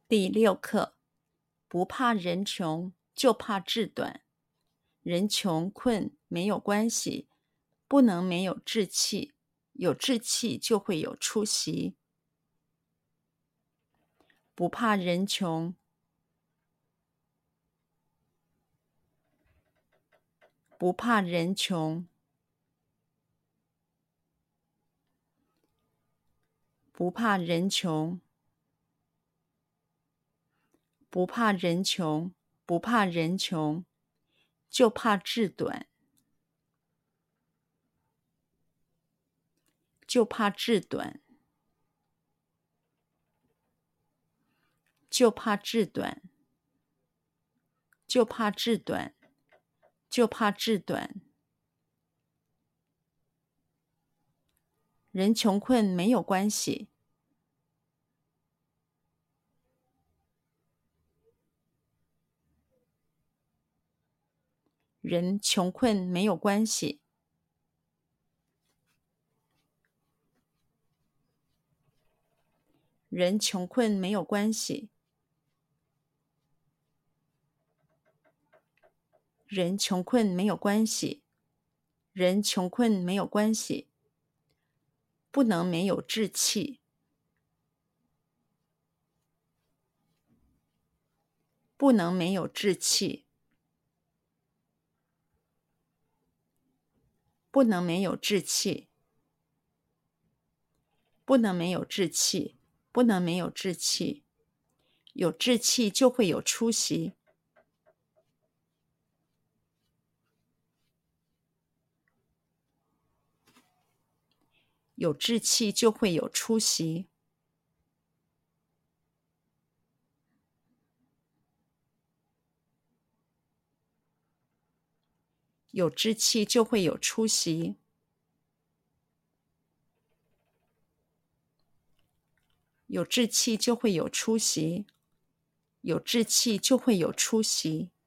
第6课，不怕人穷，就怕志短。人穷困没有关系，不能没有志气，有志气就会有出息。不怕人穷，不怕人穷，不怕人穷，不怕人穷，不怕人穷，就怕志短，就怕志短，就怕志短，就怕志短，就怕志短。人穷困没有关系，人穷困没有关系，人穷困没有关系，人穷困没有关系，人穷困没有关系，不能没有志气，不能没有志气，不能没有志气，不能没有志气，不能没有志气，有志气就会有出息，有志气就会有出息，有志气就会有出息，有志气就会有出息，有志气就会有出息。